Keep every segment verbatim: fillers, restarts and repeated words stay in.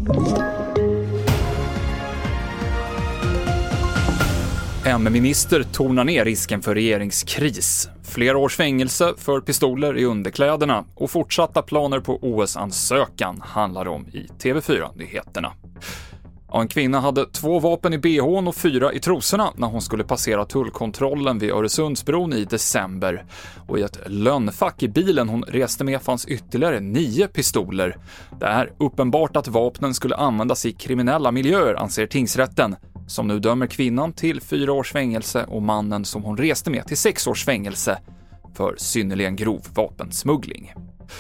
M M-minister tonar ner risken för regeringskris. Flera års fängelse för pistoler i underkläderna och fortsatta planer på O S-ansökan handlar om i T V fyra-nyheterna. En kvinna hade två vapen i behån och fyra i trosorna när hon skulle passera tullkontrollen vid Öresundsbron i december. Och i ett lönnfack i bilen hon reste med fanns ytterligare nio pistoler. Det är uppenbart att vapnen skulle användas i kriminella miljöer, anser tingsrätten, som nu dömer kvinnan till fyra års fängelse och mannen som hon reste med till sex års fängelse för synnerligen grov vapensmuggling.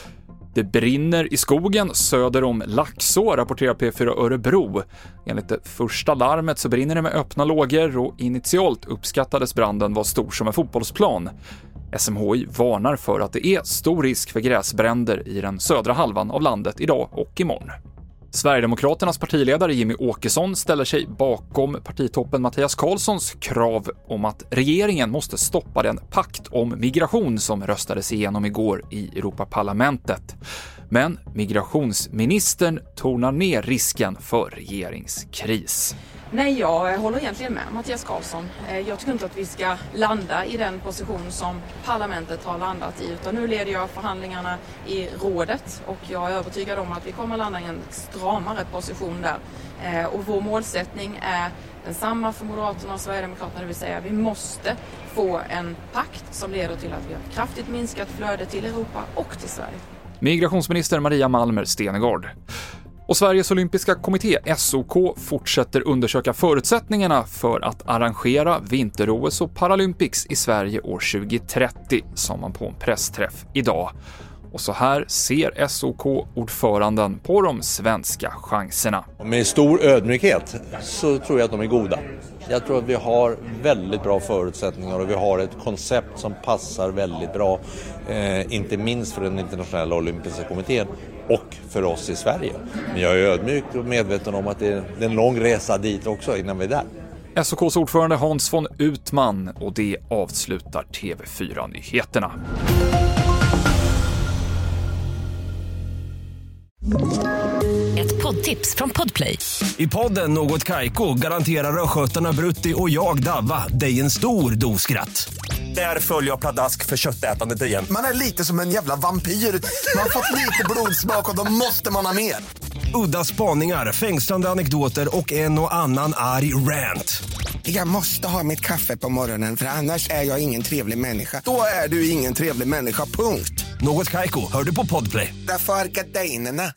Det brinner i skogen söder om Laxå, rapporterar P fyra Örebro. Enligt det första larmet så brinner det med öppna lågor och initialt uppskattades branden vara stor som en fotbollsplan. S M H I varnar för att det är stor risk för gräsbränder i den södra halvan av landet idag och imorgon. Sverigedemokraternas partiledare Jimmy Åkesson ställer sig bakom partitoppen Mattias Karlssons krav om att regeringen måste stoppa den pakt om migration som röstades igenom igår i Europaparlamentet. Men migrationsministern tonar ner risken för regeringskris. Nej, jag håller egentligen med Mattias Karlsson. Jag tycker inte att vi ska landa i den position som parlamentet har landat i, utan nu leder jag förhandlingarna i rådet och jag är övertygad om att vi kommer landa i en stramare position där. Och vår målsättning är densamma för Moderaterna och Sverigedemokraterna, det vill säga vi måste få en pakt som leder till att vi har kraftigt minskat flöde till Europa och till Sverige. Migrationsminister Maria Malmer Stenegård. Och Sveriges olympiska kommitté S O K fortsätter undersöka förutsättningarna för att arrangera vinter-O S och Paralympics i Sverige år tjugo trettio, sa man på en pressträff idag. Och så här ser S O K-ordföranden på de svenska chanserna. Med stor ödmjukhet så tror jag att de är goda. Jag tror att vi har väldigt bra förutsättningar och vi har ett koncept som passar väldigt bra, eh, inte minst för den internationella olympiska kommittén och för oss i Sverige. Men jag är ödmjuk och medveten om att det är en lång resa dit också innan vi är där. S O K:s ordförande Hans von Utman, och det avslutar T V fyra-nyheterna. Ett poddtips från Podplay. I podden Något Kaiko garanterar röskötarna Brutti och jag Davva dig en stor doskratt. Där följer jag pladask för köttätandet igen. Man är lite som en jävla vampyr. Man har fått lite blodsmak och då måste man ha mer. Udda spaningar, fängslande anekdoter och en och annan arg rant. Jag måste ha mitt kaffe på morgonen för annars är jag ingen trevlig människa. Då är du ingen trevlig människa, punkt. Något Kaiko, hör du på Podplay. Därför är gardinerna.